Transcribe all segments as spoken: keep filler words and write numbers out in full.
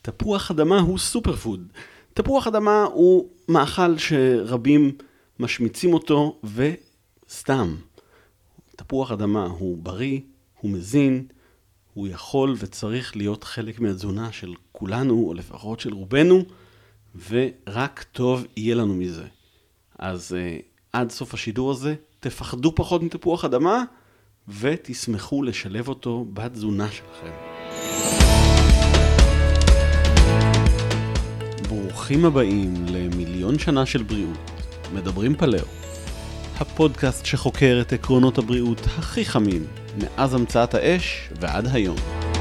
תפוח אדמה הוא סופר פוד. תפוח אדמה הוא מאכל שרבים משמיצים אותו וסתם. תפוח אדמה הוא בריא, הוא מזין, הוא יכול וצריך להיות חלק מהתזונה של כולנו, או לפחות של רובנו, ורק טוב יהיה לנו מזה. אז uh, עד סוף השידור הזה, תפחדו פחות מתפוח אדמה, ותשמחו לשלב אותו בתזונה שלכם. ברוכים הבאים למיליון שנה של בריאות, מדברים פלאו. הפודקאסט שחוקר את עקרונות הבריאות הכי חמים, מאז המצאת האש ועד היום.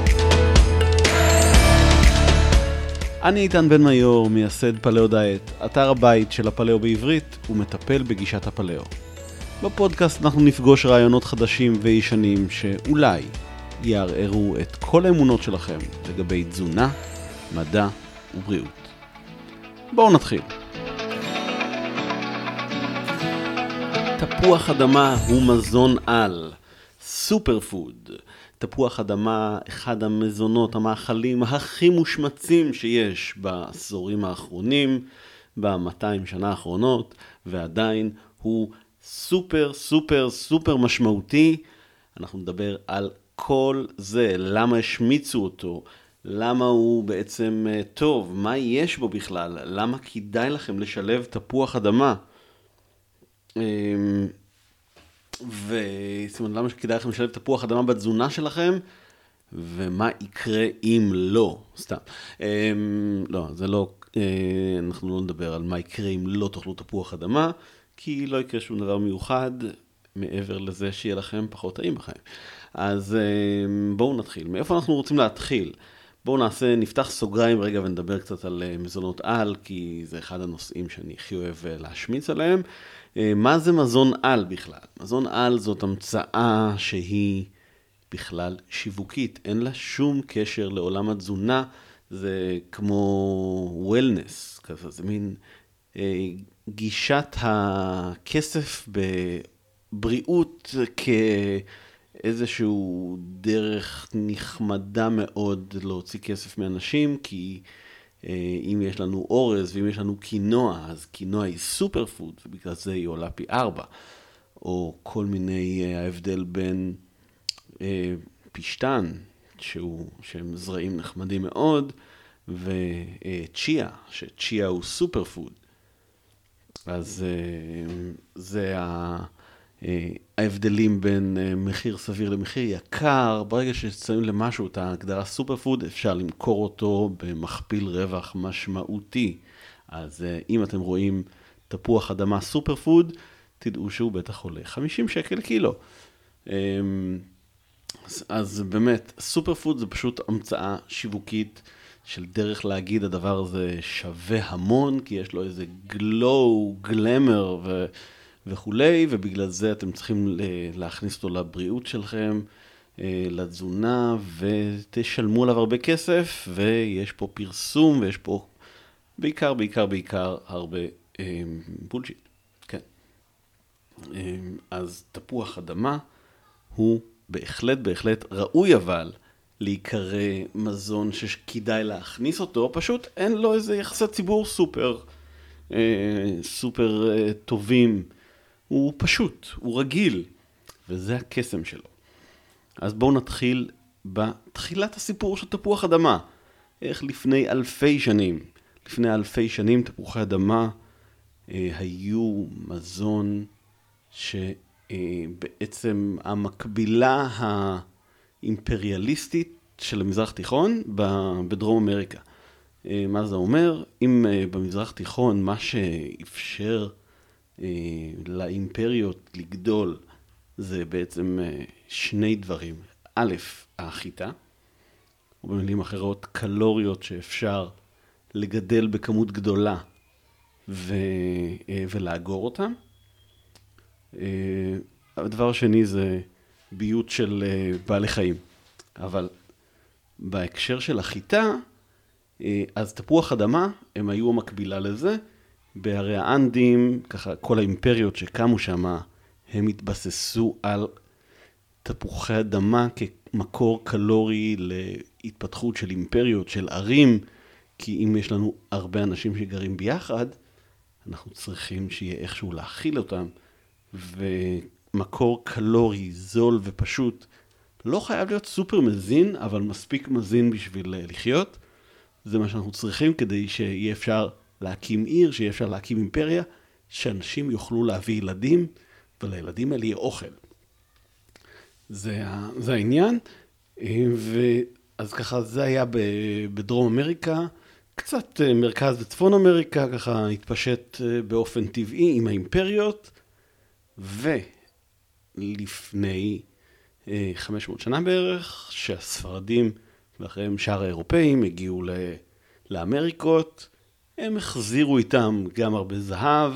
אני איתן בן מיור, מייסד פלאו דיאט, אתר הבית של הפלאו בעברית, ומטפל בגישת הפלאו. בפודקאסט אנחנו נפגוש רעיונות חדשים וישנים שאולי יערערו את כל האמונות שלכם לגבי תזונה, מדע ובריאות. בואו נתחיל. תפוח אדמה הוא מזון על, סופר פוד. תפוח אדמה, אחד המזונות, המאכלים הכי מושמצים שיש בעשורים האחרונים, ב-מאתיים שנה האחרונות, ועדיין הוא סופר סופר סופר משמעותי. אנחנו נדבר על כל זה, למה השמיצו אותו, למה הוא בעצם טוב, מה יש בו בכלל, למה כדאי לכם לשלב תפוח אדמה. וזאת אומרת, למה כדאי לכם לשלב תפוח אדמה בתזונה שלכם, ומה יקרה אם לא, סתם. לא, זה לא, אנחנו לא נדבר על מה יקרה אם לא תאכלו תפוח אדמה, כי לא יקרה שום דבר מיוחד, מעבר לזה שיהיה לכם פחות טעים בחיים. אז בואו נתחיל. מאיפה אנחנו רוצים להתחיל? בואו נעשה, נפתח סוגריים רגע ונדבר קצת על מזונות על, כי זה אחד הנושאים שאני הכי אוהב להשמיץ עליהם. מה זה מזון על בכלל? מזון על זאת המצאה שהיא בכלל שיווקית. אין לה שום קשר לעולם התזונה. זה כמו וולנס, כזה, זה מין אה, גישת הכסף בבריאות כאיזשהו דרך נחמדה מאוד להוציא כסף מאנשים, כי אם יש לנו אורז ואם יש לנו קינוע, אז קינוע היא סופר פוד, ובגלל זה היא עולה פי ארבע. או כל מיני ההבדל בין אה, פשטן, שהוא, שהם זרעים נחמדים מאוד, וצ'יה, שצ'יה הוא סופר פוד. אז אה, זה ה... ההבדלים בין מחיר סביר למחיר יקר. ברגע ששמים למשהו את ההגדרה סופר פוד, אפשר למכור אותו במכפיל רווח משמעותי. אז אם אתם רואים תפוח אדמה סופר פוד, תדעו שהוא בטח עולה חמישים שקל קילו. אז באמת, סופר פוד זה פשוט המצאה שיווקית של דרך להגיד הדבר הזה שווה המון, כי יש לו איזה גלו, גלמר ו... וכולי, ובגלל זה אתם צריכים להכניס אותו לבריאות שלכם, לתזונה, ותשלמו עליו הרבה כסף, ויש פה פרסום, ויש פה בעיקר, בעיקר, בעיקר הרבה בולשיט. כן. אז תפוח אדמה הוא בהחלט, בהחלט ראוי אבל להיקרא מזון שכדאי להכניס אותו, פשוט אין לו איזה יחסי ציבור סופר, סופר טובים. הוא פשוט, הוא רגיל, וזה הקסם שלו. אז בואו נתחיל בתחילת הסיפור של תפוח אדמה. איך לפני אלפי שנים, לפני אלפי שנים תפוחי אדמה אה, היו מזון שבעצם אה, המקבילה האימפריאליסטית של המזרח תיכון בדרום אמריקה. אה, מה זה אומר? אם אה, במזרח תיכון מה שאפשר לאימפריות לגדול זה בעצם שני דברים. א', החיטה, או במילים אחרות קלוריות שאפשר לגדל בכמות גדולה ו... ולאגור אותם. הדבר השני זה ביות של בעלי חיים. אבל בהקשר של החיטה, אז תפוח אדמה הם היו המקבילה לזה. בהרי האנדים, ככה כל האימפריות שקמו שם, הם התבססו על תפוחי אדמה כמקור קלורי להתפתחות של אימפריות, של ערים, כי אם יש לנו הרבה אנשים שגרים ביחד, אנחנו צריכים שיהיה איכשהו להכיל אותם, ומקור קלורי זול ופשוט, לא חייב להיות סופר מזין, אבל מספיק מזין בשביל לחיות. זה מה שאנחנו צריכים כדי שיהיה אפשר להקים עיר, שיהיה אפשר להקים אימפריה, שאנשים יוכלו להביא ילדים, ולילדים האלה יהיה אוכל. זה, זה העניין. ואז ככה זה היה בדרום אמריקה, קצת מרכז וצפון אמריקה, ככה התפשט באופן טבעי עם האימפריות, ולפני חמש מאות שנה בערך, שהספרדים ואחריהם שאר האירופאים הגיעו לאמריקות, הם החזירו איתם גם הרבה זהב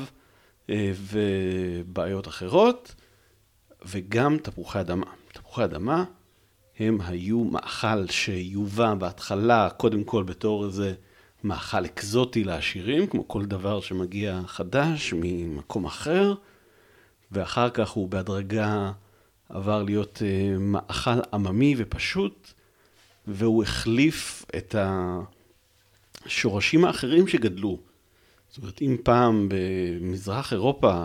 ובעיות אחרות, וגם תפוחי אדמה. תפוחי אדמה הם היו מאכל שיובא בהתחלה, קודם כל בתור איזה מאכל אקזוטי לעשירים, כמו כל דבר שמגיע חדש ממקום אחר, ואחר כך הוא בהדרגה עבר להיות מאכל עממי ופשוט, והוא החליף את השורשים האחרים שגדלו. זאת אומרת, אם פעם במזרח אירופה,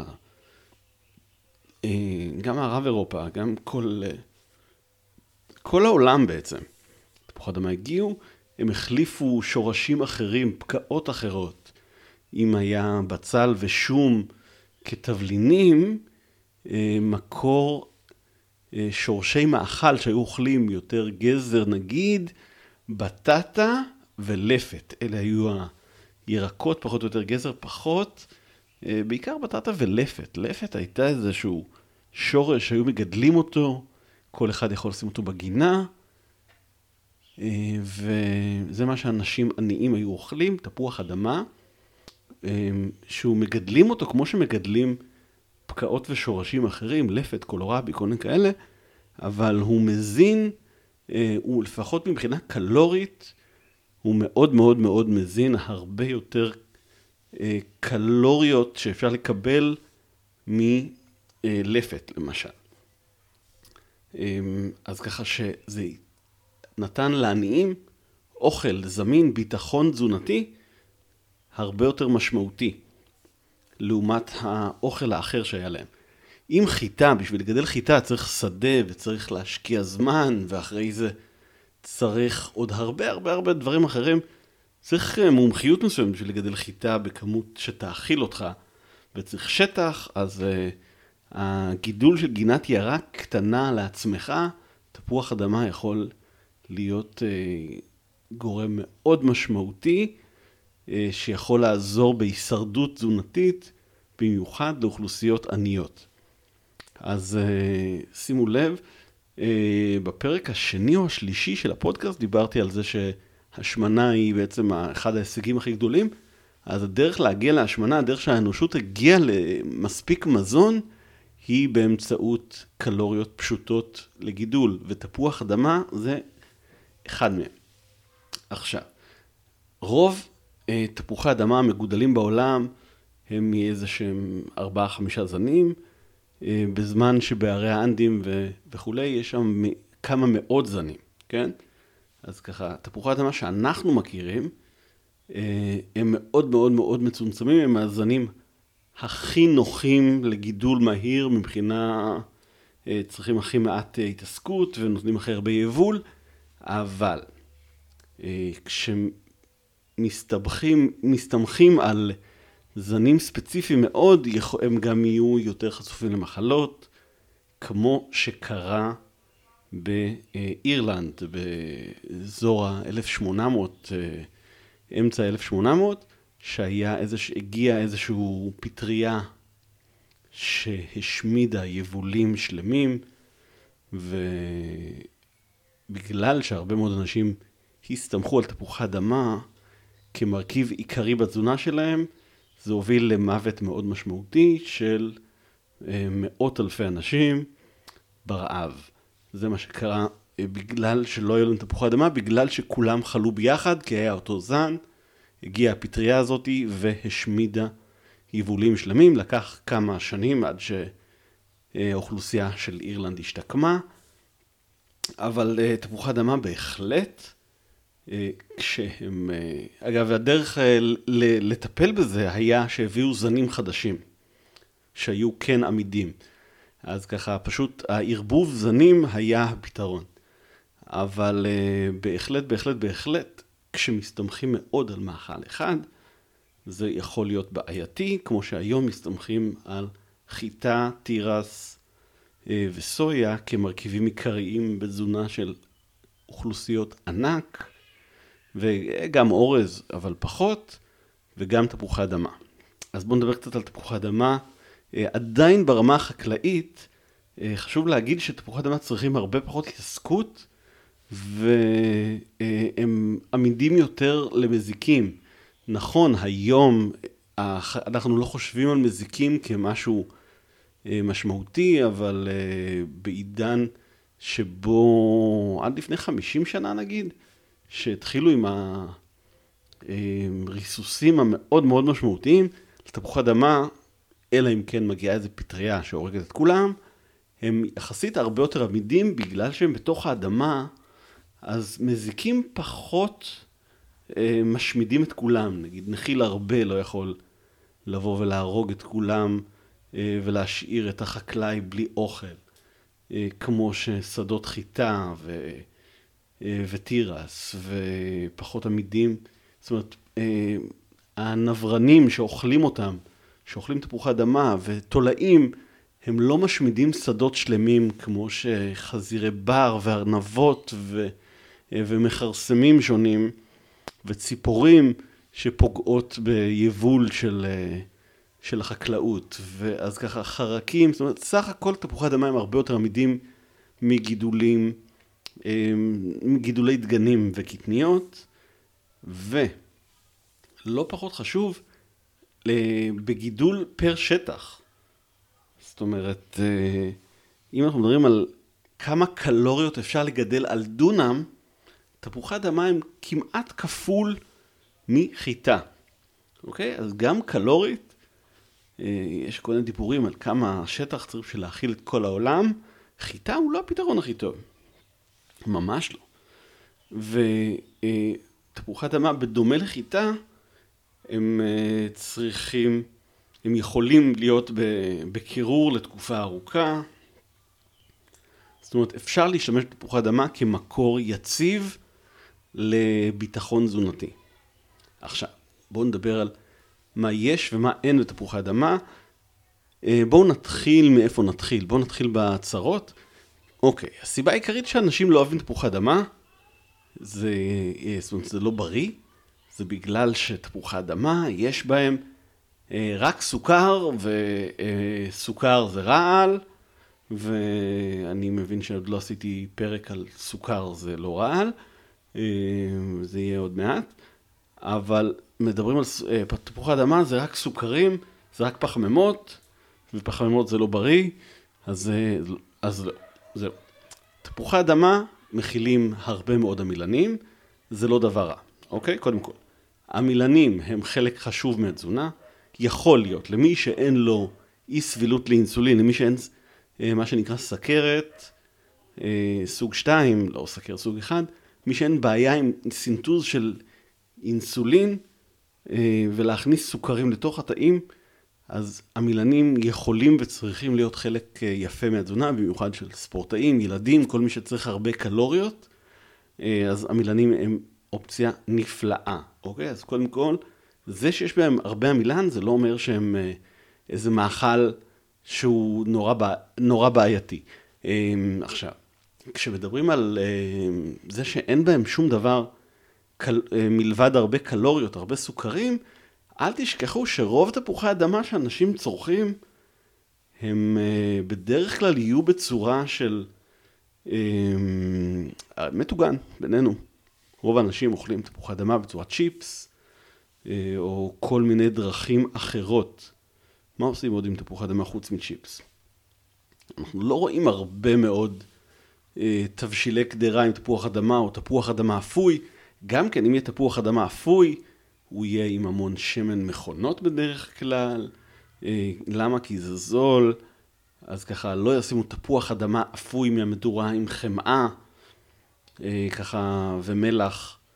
גם מערב אירופה, גם כל, כל העולם בעצם, תפוחי אדמה הגיעו, הם החליפו שורשים אחרים, פקעות אחרות. אם היה בצל ושום כתבלינים, מקור שורשי מאכל שהיו אוכלים יותר גזר נגיד, בטטה ולפת. אלה היו הירקות, פחות או יותר גזר, פחות, בעיקר בטטה ולפת. לפת הייתה איזשהו שורש שהיו מגדלים אותו, כל אחד יכול לשים אותו בגינה, וזה מה שאנשים עניים היו אוכלים, תפוח אדמה, שהוא מגדלים אותו כמו שמגדלים פקעות ושורשים אחרים, לפת, קולורבי, כל מיני כאלה, אבל הוא מזין, הוא לפחות מבחינה קלורית, הוא מאוד מאוד מאוד מזין, הרבה יותר קלוריות שאפשר לקבל מלפת, למשל. אז ככה שזה נתן לעניים אוכל זמין, ביטחון תזונתי, הרבה יותר משמעותי, לעומת האוכל האחר שהיה להם. אם חיטה, בשביל לגדל חיטה צריך שדה וצריך להשקיע זמן, ואחרי זה צריך עוד הרבה הרבה הרבה דברים אחרים, צריך מומחיות מסוימת בשביל לגדל חיטה בכמות שתאכיל אותך, וצריך שטח, אז uh, הגידול של גינת ירק קטנה לעצמך, תפוח אדמה יכול להיות uh, גורם מאוד משמעותי, uh, שיכול לעזור בהישרדות תזונתית, במיוחד לאוכלוסיות עניות. אז uh, שימו לב, uh, בפרק השני או השלישי של הפודקאסט דיברתי על זה שהשמנה היא בעצם אחד ההישגים הכי גדולים, אז הדרך להגיע להשמנה, הדרך שהאנושות הגיעה למספיק מזון, היא באמצעות קלוריות פשוטות לגידול, ותפוח אדמה זה אחד מהם. עכשיו, רוב אה, תפוחי אדמה המגודלים בעולם הם מאיזה שהם ארבעה חמישה זנים, אה, בזמן שבערי האנדים ו- וכולי יש שם כמה מאות זנים, כן? אז ככה, תפוחי אדמה שאנחנו מכירים, אה, הם מאוד מאוד מאוד מצומצמים, הם הזנים הכי נוחים לגידול מהיר מבחינה, אה, צריכים הכי מעט אה, התעסקות ונותנים הכי הרבה יבול, אבל אה, כשמסתבכים, מסתמכים על זנים ספציפיים מאוד, הם גם יהיו יותר חשופים למחלות, כמו שקרה באירלנד, באזור ה-אלף ושמונה מאות, אמצע אלף ושמונה מאות, שהיה איזוש, הגיע איזשהו פטריה שהשמידה יבולים שלמים, ובגלל שהרבה מאוד אנשים הסתמכו על תפוחי אדמה כמרכיב עיקרי בתזונה שלהם, זה הוביל למוות מאוד משמעותי של מאות אלפי אנשים ברעב. זה מה שקרה בגלל שלא היו להם תפוחי אדמה, בגלל שכולם חלו ביחד, כי היה אותו זן, הגיעה הפטריה הזאת והשמידה יבולים שלמים, לקח כמה שנים עד שהאוכלוסייה של אירלנד השתקמה, אבל תפוחי אדמה בהחלט כשהם, אגב, הדרך לטפל בזה היה שהביאו זנים חדשים, שהיו כן עמידים. אז ככה, פשוט הערבוב זנים היה הפתרון. אבל בהחלט, בהחלט, בהחלט, כשמסתמכים מאוד על מאכל אחד, זה יכול להיות בעייתי, כמו שהיום מסתמכים על חיטה, תירס וסויה כמרכיבים עיקריים בתזונה של אוכלוסיות ענק, וגם אורז, אבל פחות, וגם תפוחי אדמה. אז בואו נדבר קצת על תפוחי אדמה. עדיין ברמה החקלאית, חשוב להגיד שתפוחי אדמה צריכים הרבה פחות התעסקות, והם עמידים יותר למזיקים. נכון, היום אנחנו לא חושבים על מזיקים כמשהו משמעותי, אבל בעידן שבו עד לפני חמישים שנה נגיד, שהתחילו עם הריסוסים המאוד מאוד משמעותיים, לתפוחי אדמה, אלא אם כן מגיעה איזו פטריה שהורגת את כולם, הם יחסית הרבה יותר עמידים בגלל שהם בתוך האדמה, אז מזיקים פחות משמידים את כולם. נגיד נחיל הרבה לא יכול לבוא ולהרוג את כולם ולהשאיר את החקלאי בלי אוכל, כמו ששדות חיטה ו... וטירס ופחות עמידים. זאת אומרת, הנברנים שאוכלים אותם, שאוכלים תפוחי אדמה ותולעים, הם לא משמידים שדות שלמים כמו שחזירי בר וארנבות ו... ומחרסמים שונים וציפורים שפוגעות ביבול של, של החקלאות. ואז ככה חרקים, זאת אומרת, סך הכל תפוחי אדמה הם הרבה יותר עמידים מגידולים, מגידולי דגנים וקטניות, ולא פחות חשוב, בגידול פר שטח. זאת אומרת, אם אנחנו מדברים על כמה קלוריות אפשר לגדל על דונם, תפוחי אדמה הם כמעט כפול מחיטה. אוקיי? אז גם קלורית, יש כל מיני דיבורים על כמה שטח צריך בשביל להכיל את כל העולם, חיטה הוא לא הפתרון הכי טוב. ממש לא. ותפוחי אדמה בדומה לחיטה, הם צריכים, הם יכולים להיות בקירור לתקופה ארוכה. זאת אומרת, אפשר להשתמש בתפוחי אדמה כמקור יציב לביטחון תזונתי. עכשיו, בואו נדבר על מה יש ומה אין בתפוחי אדמה. בואו נתחיל מאיפה נתחיל. בואו נתחיל בהצהרות. אוקיי, הסיבה העיקרית שאנשים לא אוהבים תפוחי אדמה, זה, זאת אומרת, זה לא בריא. זה בגלל שתפוחי אדמה יש בהם רק סוכר, וסוכר זה רעל, ואני מבין שעוד לא עשיתי פרק על סוכר, זה לא רעל, זה יהיה עוד מעט, אבל מדברים על תפוחי אדמה, זה רק סוכרים, זה רק פחמימות, ופחמימות זה לא בריא, אז, אז זהו. תפוחי אדמה מכילים הרבה מאוד עמילנים, זה לא דבר רע, אוקיי? קודם כל, עמילנים הם חלק חשוב מהתזונה, יכול להיות למי שאין לו אי סבילות לאינסולין, למי שאין מה שנקרא סכרת, סוג שתיים, לא סכרת סוג אחד, מי שאין בעיה עם סינטוז של אינסולין ולהכניס סוכרים לתוך התאים, אז עמילנים יכולים וצריכים להיות חלק יפה מהתזונה, במיוחד של ספורטאים, ילדים, כל מי שצריך הרבה קלוריות, אז עמילנים הם אופציה נפלאה, אוקיי? אז קודם כל, זה שיש בהם הרבה עמילן, זה לא אומר שהם איזה מאכל שהוא נורא, נורא בעייתי. עכשיו, כשמדברים על זה שאין בהם שום דבר מלבד הרבה קלוריות, הרבה סוכרים, אל תשכחו שרוב תפוחי האדמה שאנשים צורכים, הם בדרך כלל יהיו בצורה של מטוגן, בינינו. רוב האנשים אוכלים תפוחי אדמה בצורת צ'יפס, או כל מיני דרכים אחרות. מה עושים עוד עם תפוחי אדמה חוץ מצ'יפס? אנחנו לא רואים הרבה מאוד תבשילי קדרה עם תפוח אדמה או תפוח אדמה אפוי. גם כן, אם יהיה תפוח אדמה אפוי, הוא יהיה עם המון שמן מכונות בדרך כלל. למה? כי זה זול. אז ככה לא ישימו תפוח אדמה אפוי מהמדורה עם חמאה, ככה ומלח,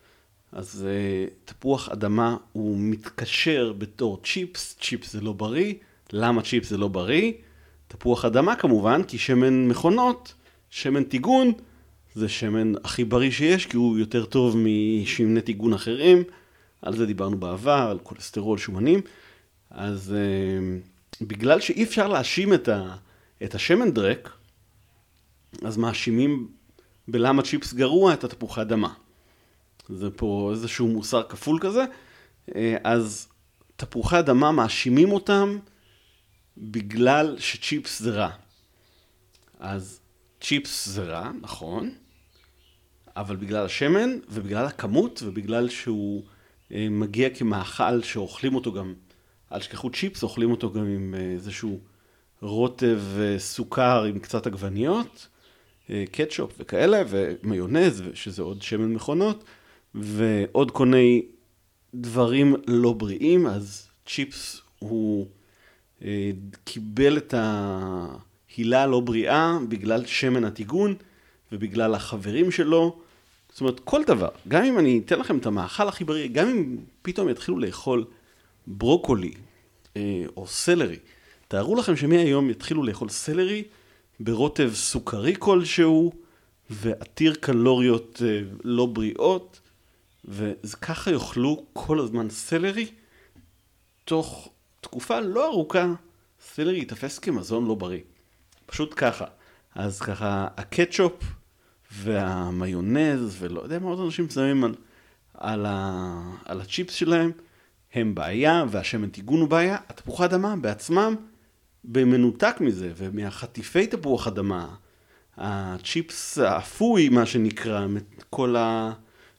אז uh, תפוח אדמה הוא מתקשר בתור צ'יפס, צ'יפס זה לא בריא. למה צ'יפס זה לא בריא? תפוח אדמה כמובן, כי שמן מכונות, שמן טיגון, זה שמן הכי בריא שיש, כי הוא יותר טוב משמני טיגון אחרים. על זה דיברנו בעבר, על כולסטרול, שומנים. אז uh, בגלל שאי אפשר להאשים את, ה, את השמן דרק, אז מאשימים בלמה צ'יפס גרוע את התפוחי אדמה. זה פה איזשהו מוסר כפול כזה. אז תפוחי אדמה מאשימים אותם בגלל שצ'יפס זה רע. אז צ'יפס זה רע, נכון, אבל בגלל השמן ובגלל הכמות ובגלל שהוא מגיע כמאכל שאוכלים אותו גם, אל תשכחו צ'יפס, אוכלים אותו גם עם איזשהו רוטב סוכר עם קצת עגבניות, קטשופ וכאלה, ומיונז, שזה עוד שמן מכונות, ועוד קוני דברים לא בריאים. אז צ'יפס הוא אה, קיבל את ההילה הלא בריאה בגלל שמן הטיגון ובגלל החברים שלו. זאת אומרת, כל דבר, גם אם אני אתן לכם את המאכל הכי בריא, גם אם פתאום יתחילו לאכול ברוקולי אה, או סלרי, תארו לכם שמהיום יתחילו לאכול סלרי ברוטב סוכרי כלשהו ועתיר קלוריות אה, לא בריאות, וככה יאכלו כל הזמן סלרי, תוך תקופה לא ארוכה, סלרי יתפס כמזון לא בריא. פשוט ככה. אז ככה, הקטשופ והמיונז, ולא יודע מה עוד אנשים שמים על, על, ה, על הצ'יפס שלהם, הם בעיה, והשמן טיגון הוא בעיה. התפוחי אדמה בעצמם, במנותק מזה, ומהחטיפי תפוח אדמה, הצ'יפס האפוי, מה שנקרא, כל ה...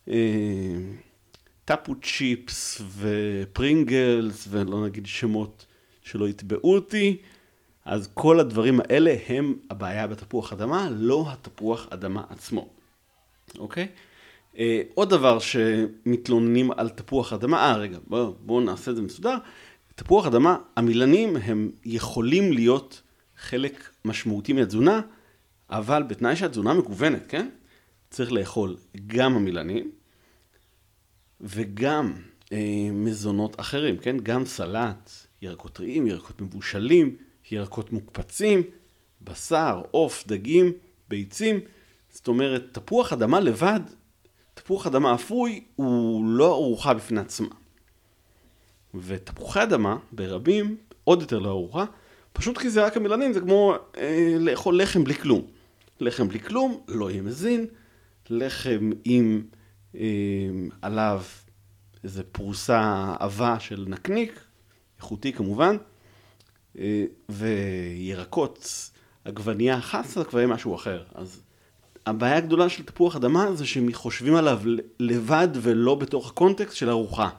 טאפו צ'יפס ופרינגלס, ולא נגיד שמות שלא יתבעו אותי, אז כל הדברים האלה הם הבעיה בתפוח אדמה, לא התפוח אדמה עצמו. אוקיי? אה, עוד דבר שמתלוננים על תפוח אדמה, אה רגע, בואו בוא נעשה את זה מסודר. תפוח אדמה, המילנים הם יכולים להיות חלק משמעותי מהתזונה, אבל בתנאי שהתזונה מגוונת, כן? צריך לאכול גם המילנים, וגם אה, מזונות אחרים, כן? גם סלט, ירקות טריים, ירקות מבושלים, ירקות מוקפצים, בשר, עוף, דגים, ביצים. זאת אומרת, תפוח אדמה לבד, תפוח אדמה אפוי, הוא לא ארוחה בפני עצמה. ותפוחי אדמה, ברבים, עוד יותר לא ארוחה, פשוט כי זה רק המילנים, זה כמו אה, לאכול לחם בלי כלום. לחם בלי כלום, לא יהיה מזין, לחם עם אה, עליו איזו פרוסה עבה של נקניק, איכותי כמובן, אה, וירקות, עגבנייה אחת, זה כבר יהיה משהו אחר. אז הבעיה הגדולה של תפוח אדמה זה שהם חושבים עליו לבד ולא בתוך הקונטקסט של ארוחה.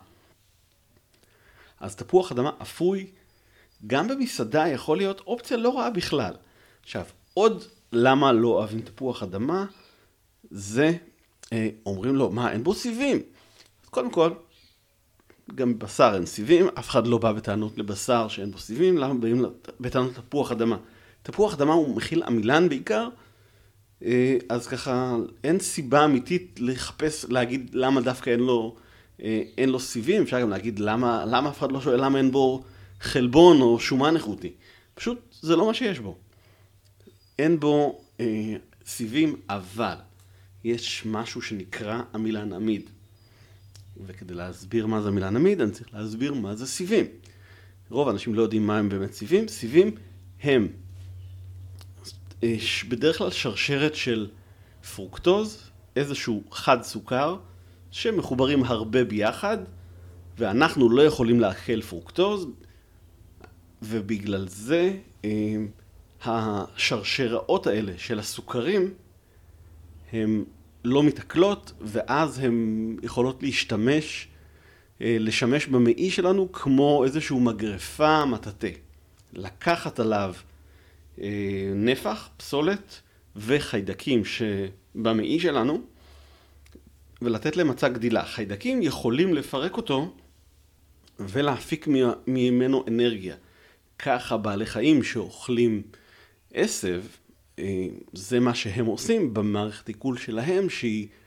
אז תפוח אדמה אפוי, גם במסעדה יכול להיות אופציה לא רעה בכלל. עכשיו, עוד למה לא אוהבים תפוח אדמה, זה, אה, אומרים לו, מה, אין בו סיבים? אז קודם כל, גם בבשר אין סיבים, אף אחד לא בא בטענות לבשר שאין בו סיבים, למה באים בטענות תפוח אדמה? תפוח אדמה הוא מכיל עמילן בעיקר, אה, אז ככה אין סיבה אמיתית לחפש, להגיד למה דווקא אין לו, אה, אין לו סיבים, אפשר גם להגיד למה, למה אף אחד לא שואל למה אין בו חלבון או שומן איכותי. פשוט זה לא מה שיש בו. אין בו אה, סיבים, אבל יש משהו שנקרא עמילן עמיד. וכדי להסביר מה זה עמילן עמיד, אני צריך להסביר מה זה סיבים. רוב האנשים לא יודעים מה הם באמת סיבים. סיבים הם אה, בדרך כלל שרשרת של פרוקטוז, איזשהו חד סוכר, שמחוברים הרבה ביחד, ואנחנו לא יכולים לאכל פרוקטוז, ובגלל זה אה, השרשראות האלה של הסוכרים הן לא מתעכלות, ואז הן יכולות להשתמש, לשמש במעי שלנו כמו איזשהו מגרפה מטאטא. לקחת עליו נפח, פסולת וחיידקים שבמעי שלנו, ולתת להם מצע גדילה. חיידקים יכולים לפרק אותו ולהפיק ממנו אנרגיה. ככה בעלי חיים שאוכלים עשב, זה מה שהם עושים במערכת עיכול שלהם, שהיא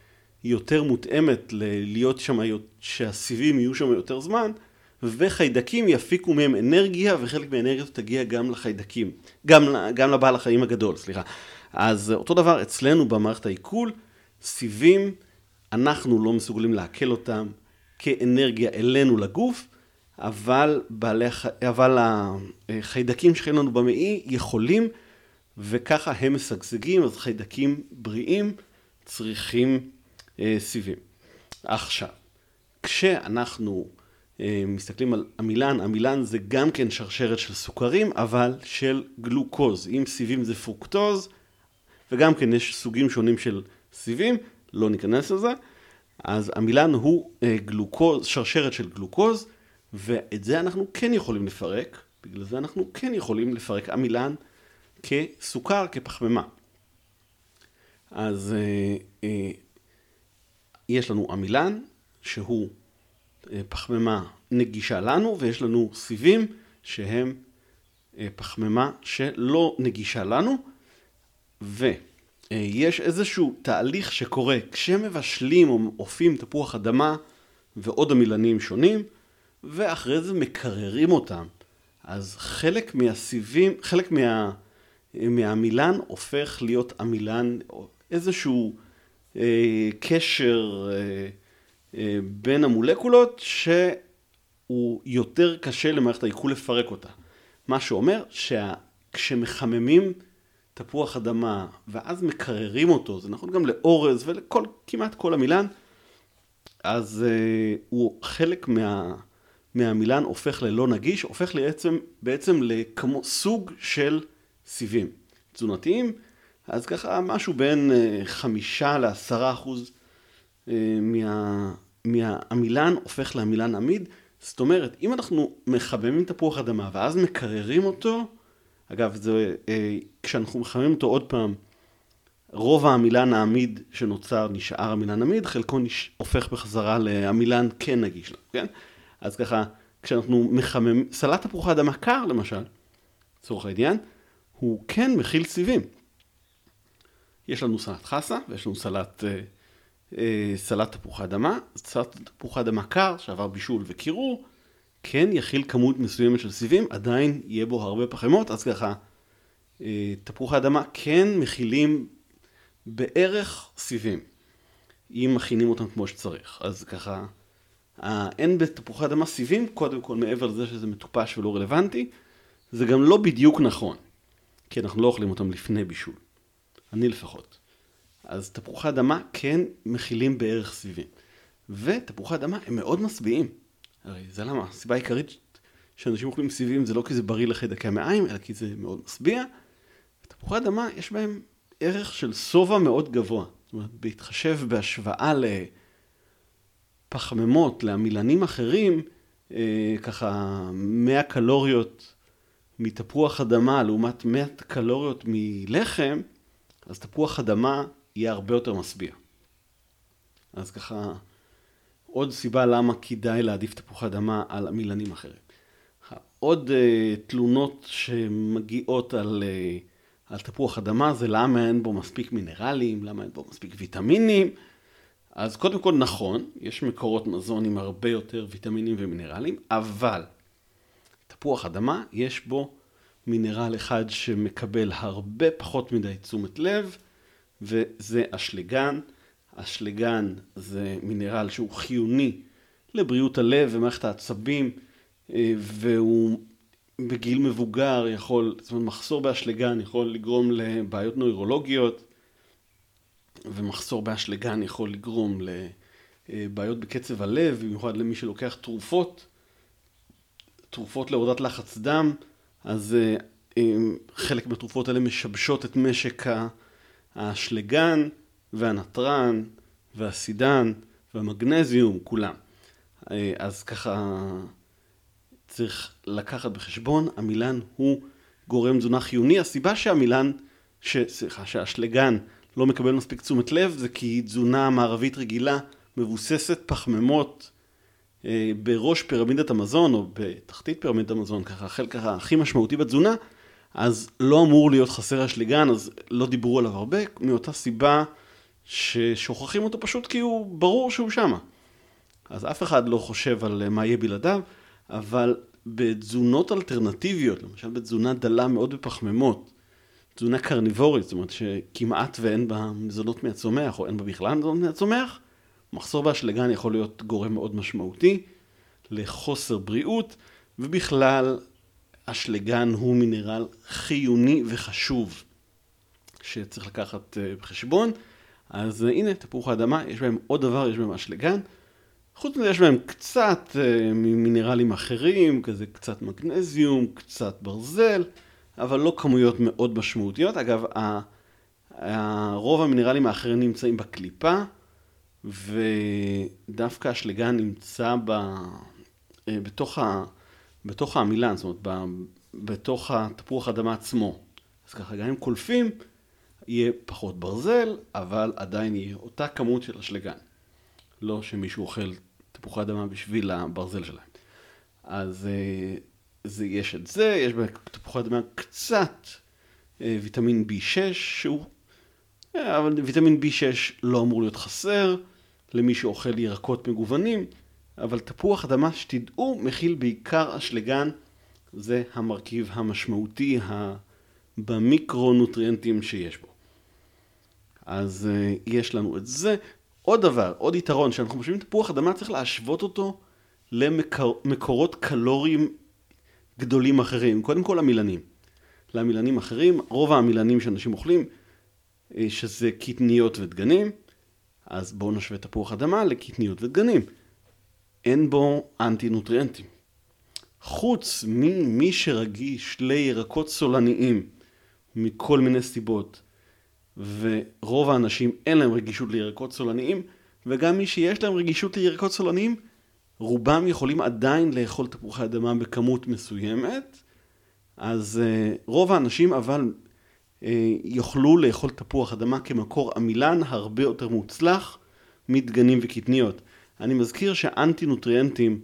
היא יותר מותאמת להיות שם, שהסיבים יהיו שם יותר זמן, וחיידקים יפיקו מהם אנרגיה, וחלק מהאנרגיה תגיע גם לחיידקים, גם, גם לבעל החיים הגדול, סליחה. אז אותו דבר אצלנו במערכת העיכול, סיבים, אנחנו לא מסוגלים לעכל אותם כאנרגיה אלינו לגוף, אבל, בעלי, אבל החיידקים שחיים לנו במעי יכולים, וככה הם משגשגים, אז חיידקים בריאים צריכים אה, סיבים. עכשיו, כשאנחנו אה, מסתכלים על עמילן, עמילן זה גם כן שרשרת של סוכרים, אבל של גלוקוז. אם סיבים זה פרוקטוז, וגם כן יש סוגים שונים של סיבים, לא ניכנס לזה. אז עמילן הוא אה, גלוקוז, שרשרת של גלוקוז, ואת זה אנחנו כן יכולים לפרק, בגלל זה אנחנו כן יכולים לפרק עמילן כסוכר, כפחמימה. אז אה, אה, יש לנו עמילן, שהוא אה, פחמימה נגישה לנו, ויש לנו סיבים שהם אה, פחמימה שלא נגישה לנו, ויש איזשהו תהליך שקורה כשמבשלים או אופים תפוח אדמה ועוד עמילנים שונים, ואחרי זה מקררים אותם. אז חלק מהסיבים, חלק מה, מהעמילן הופך להיות עמילן, איזשהו אה, קשר אה, אה, בין המולקולות שהוא יותר קשה למערכת העיכול לפרק אותה. מה שאומר שכשמחממים תפוח אדמה ואז מקררים אותו, זה נכון גם לאורז ולכל, כמעט כל עמילן, אז אה, הוא חלק מה... מהעמילן הופך ללא נגיש, הופך בעצם, בעצם לכמו סוג של סיבים תזונתיים, אז ככה משהו בין חמישה לעשרה אחוז מה, מהעמילן הופך לעמילן עמיד. זאת אומרת, אם אנחנו מחממים תפוח אדמה ואז מקררים אותו, אגב, זה, כשאנחנו מחממים אותו עוד פעם, רוב העמילן העמיד שנוצר נשאר עמילן עמיד, חלקו נש... הופך בחזרה לעמילן כן נגיש, כן? אז ככה, כשאנחנו מחממים, סלט תפוחי אדמה קר למשל, צורך העניין, הוא כן מכיל סיבים. יש לנו סלט חסה, ויש לנו סלט, אה, אה, סלט תפוחי אדמה, סלט תפוחי אדמה קר, שעבר בישול וקירור, כן יכיל כמות מסוימת של סיבים, עדיין יהיה בו הרבה פחמות, אז ככה, אה, תפוחי אדמה כן מכילים בערך סיבים, אם מכינים אותם כמו שצריך. אז ככה, אין בתפוחי אדמה סיבים, קודם כל מעבר לזה שזה מטופש ולא רלוונטי, זה גם לא בדיוק נכון, כי אנחנו לא אוכלים אותם לפני בישול, אני לפחות. אז תפוחי אדמה כן מכילים בערך סיבים, ותפוחי אדמה הם מאוד משביעים. הרי זה למה, הסיבה העיקרית שאנשים אוכלים סיבים זה לא כי זה בריא לחיידקי המעיים, אלא כי זה מאוד משביע. תפוחי אדמה יש בהם ערך של סובה מאוד גבוה, זאת אומרת, בהתחשב בהשוואה ל... פחמימות לעמילנים אחרים, אה, ככה מאה קלוריות מתפוח אדמה לעומת מאה קלוריות מלחם, אז תפוח אדמה יהיה הרבה יותר משביע. אז ככה עוד סיבה למה כדאי להעדיף תפוח אדמה על עמילנים אחרים. עוד אה, תלונות שמגיעות על, אה, על תפוח אדמה זה למה אין בו מספיק מינרלים, למה אין בו מספיק ויטמינים. אז קודם כל נכון, יש מקורות מזון עם הרבה יותר ויטמינים ומינרלים, אבל תפוח אדמה יש בו מינרל אחד שמקבל הרבה פחות מדי תשומת לב, וזה אשלגן. אשלגן זה מינרל שהוא חיוני לבריאות הלב ומערכת העצבים, והוא בגיל מבוגר יכול, זאת אומרת מחסור באשלגן יכול לגרום לבעיות נוירולוגיות, ומחסור באשלגן יכול לגרום לבעיות בקצב הלב, במיוחד למי שלוקח תרופות, תרופות להורדת לחץ דם, אז חלק מהתרופות האלה משבשות את משק האשלגן והנטרן והסידן והמגנזיום, כולם. אז ככה צריך לקחת בחשבון, עמילן הוא גורם תזונה חיוני. הסיבה שהעמילן, סליחה, שהאשלגן לא מקבל מספיק תשומת לב, זה כי תזונה מערבית רגילה מבוססת פחמימות אה, בראש פירמידת המזון, או בתחתית פירמידת המזון, ככה, החלק הכי משמעותי בתזונה, אז לא אמור להיות חסר אשלגן, אז לא דיברו עליו הרבה, מאותה סיבה ששוכחים אותו פשוט כי הוא ברור שהוא שמה. אז אף אחד לא חושב על מה יהיה בלעדיו, אבל בתזונות אלטרנטיביות, למשל בתזונה דלה מאוד בפחמימות, תזונה קרניבורית, זאת אומרת שכמעט ואין בה מזונות מהצומח, או אין בה בכלל מזונות מהצומח, מחסור באשלגן יכול להיות גורם מאוד משמעותי לחוסר בריאות, ובכלל אשלגן הוא מינרל חיוני וחשוב שצריך לקחת בחשבון. אז הנה, תפוח האדמה, יש בהם עוד דבר, יש בהם אשלגן. חוץ מזה יש בהם קצת מינרלים אחרים, כזה קצת מגנזיום, קצת ברזל, אבל לא כמויות מאוד משמעותיות. אגב, רוב המינרלים האחרים נמצאים בקליפה, ודווקא אשלגן נמצא ב... בתוך, ה... בתוך העמילן, זאת אומרת, בתוך התפוח האדמה עצמו. אז ככה, גם אם קולפים, יהיה פחות ברזל, אבל עדיין יהיה אותה כמות של אשלגן. לא שמישהו אוכל תפוחי אדמה בשביל הברזל שלהם. אז זה, יש את זה, יש בתפוחי אדמה קצת ויטמין בי שש, שהוא, אבל ויטמין בי שש לא אמור להיות חסר למי שאוכל ירקות מגוונים, אבל תפוח אדמה שתדעו מכיל בעיקר אשלגן, זה המרכיב המשמעותי במיקרונוטריאנטים שיש בו. אז יש לנו את זה. עוד דבר, עוד יתרון, שאנחנו חושבים תפוח אדמה צריך להשוות אותו למקורות קלוריים גדולים אחרים. קודם כל המילנים. למילנים אחרים, רוב המילנים שאנשים אוכלים, שזה קטניות ודגנים, אז בואו נשווה תפוח אדמה לקטניות ודגנים. אין בו אנטי-נוטריאנטים. חוץ ממי שרגיש לירקות סולניים, מכל מיני סיבות, ורוב האנשים אין להם רגישות לירקות סולניים, וגם מי שיש להם רגישות לירקות סולניים, רובם יכולים עדיין לאכול תפוחי אדמה בכמות מסוימת, אז רוב האנשים אבל יוכלו לאכול תפוח אדמה כמקור עמילן הרבה יותר מוצלח מדגנים וקטניות. אני מזכיר שהאנטי-נוטריאנטים,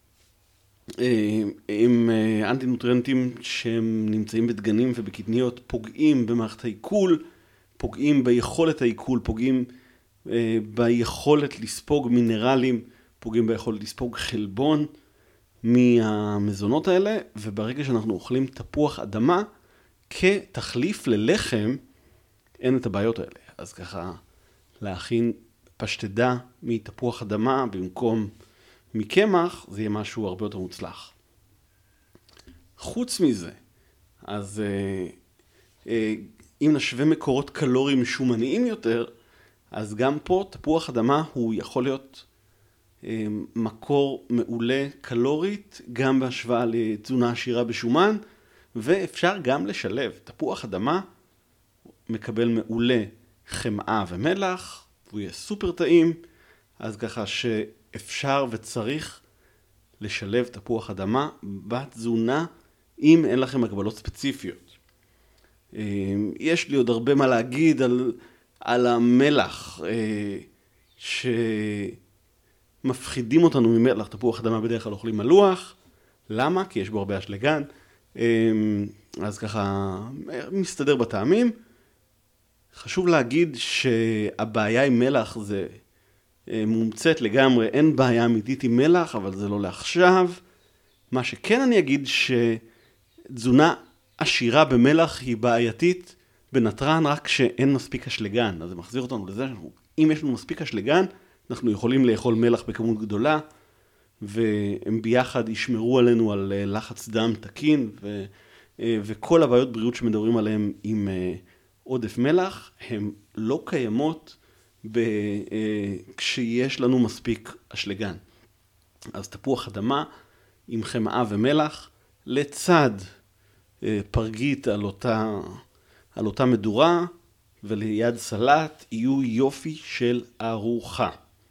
הם אנטי-נוטריאנטים שהם נמצאים בדגנים ובקטניות, פוגעים במערכת העיכול, פוגעים ביכולת העיכול, פוגעים אה, ביכולת לספוג מינרלים, פוגעים ביכולת לספוג חלבון מהמזונות האלה, וברגע שאנחנו אוכלים תפוח אדמה כתחליף ללחם, אין את הבעיות האלה. אז ככה להכין פשטדה מתפוח אדמה במקום מקמח, זה יהיה משהו הרבה יותר מוצלח. חוץ מזה, אז אה, אה, אם נשווה מקורות קלוריים שומניים יותר, אז גם פה תפוח אדמה הוא יכול להיות אה, מקור מעולה קלורית, גם בהשוואה לתזונה עשירה בשומן, ואפשר גם לשלב. תפוח אדמה מקבל מעולה חמאה ומלח, והוא יהיה סופר טעים, אז ככה שאפשר וצריך לשלב תפוח אדמה בתזונה, אם אין לכם הגבלות ספציפיות. יש לי עוד הרבה מה להגיד על, על המלח, שמפחידים אותנו ממלח. תפוח אדמה בדרך כלל אוכלים מלוח. למה? כי יש בו הרבה אשלגן. אז ככה מסתדר בטעמים. חשוב להגיד שהבעיה עם מלח זה מומצאת לגמרי. אין בעיה אמיתית עם מלח, אבל זה לא לעכשיו. מה שכן אני אגיד שתזונה עשירה במלח היא בעייתית בנתרן רק שאין מספיק אשלגן. אז זה מחזיר אותנו לזה שאם יש לנו מספיק אשלגן, אנחנו יכולים לאכול מלח בכמות גדולה, והם ביחד ישמרו עלינו על לחץ דם תקין, ו, וכל הבעיות בריאות שמדברים עליהם עם עודף מלח, הן לא קיימות ב, כשיש לנו מספיק אשלגן. אז תפוח אדמה עם חמאה ומלח, לצד פרגית על אותה, על אותה מדורה, וליד סלט יהיו יופי של ארוחה.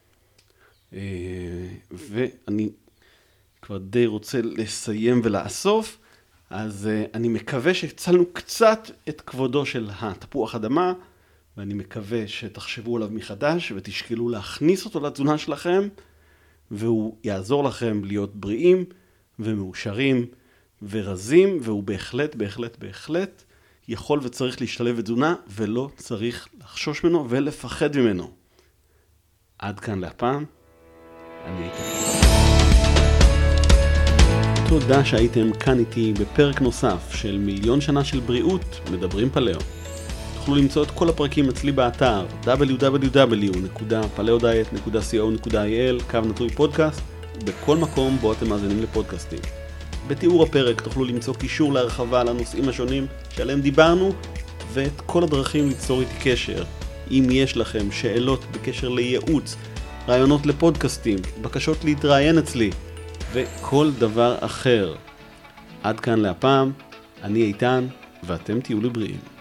ואני כבר די רוצה לסיים ולאסוף, אז אני מקווה שהצלנו קצת את כבודו של התפוח אדמה, ואני מקווה שתחשבו עליו מחדש ותשקלו להכניס אותו לתזונה שלכם, והוא יעזור לכם להיות בריאים ומאושרים ורזים, והוא בהחלט, בהחלט, בהחלט יכול וצריך להשתלב בתזונה, ולא צריך לחשוש ממנו ולפחד ממנו. עד כאן להפעם, אני איתן. תודה שהייתם כאן איתי בפרק נוסף של מיליון שנה של בריאות, מדברים פלאו. תוכלו למצוא את כל הפרקים אצלי באתר דאבליו דאבליו דאבליו נקודה פלאודיאט נקודה סי או נקודה איי אל, קו נטוי פודקאסט, בכל מקום בו אתם מאזינים לפודקאסטים. בתיאור הפרק תוכלו למצוא קישור להרחבה על הנושאים השונים שעליהם דיברנו, ואת כל הדרכים ליצור איתי קשר. אם יש לכם שאלות בקשר לייעוץ, רעיונות לפודקאסטים, בקשות להתראיין אצלי, וכל דבר אחר. עד כאן להפעם, אני איתן, ואתם תהיו לבריאים.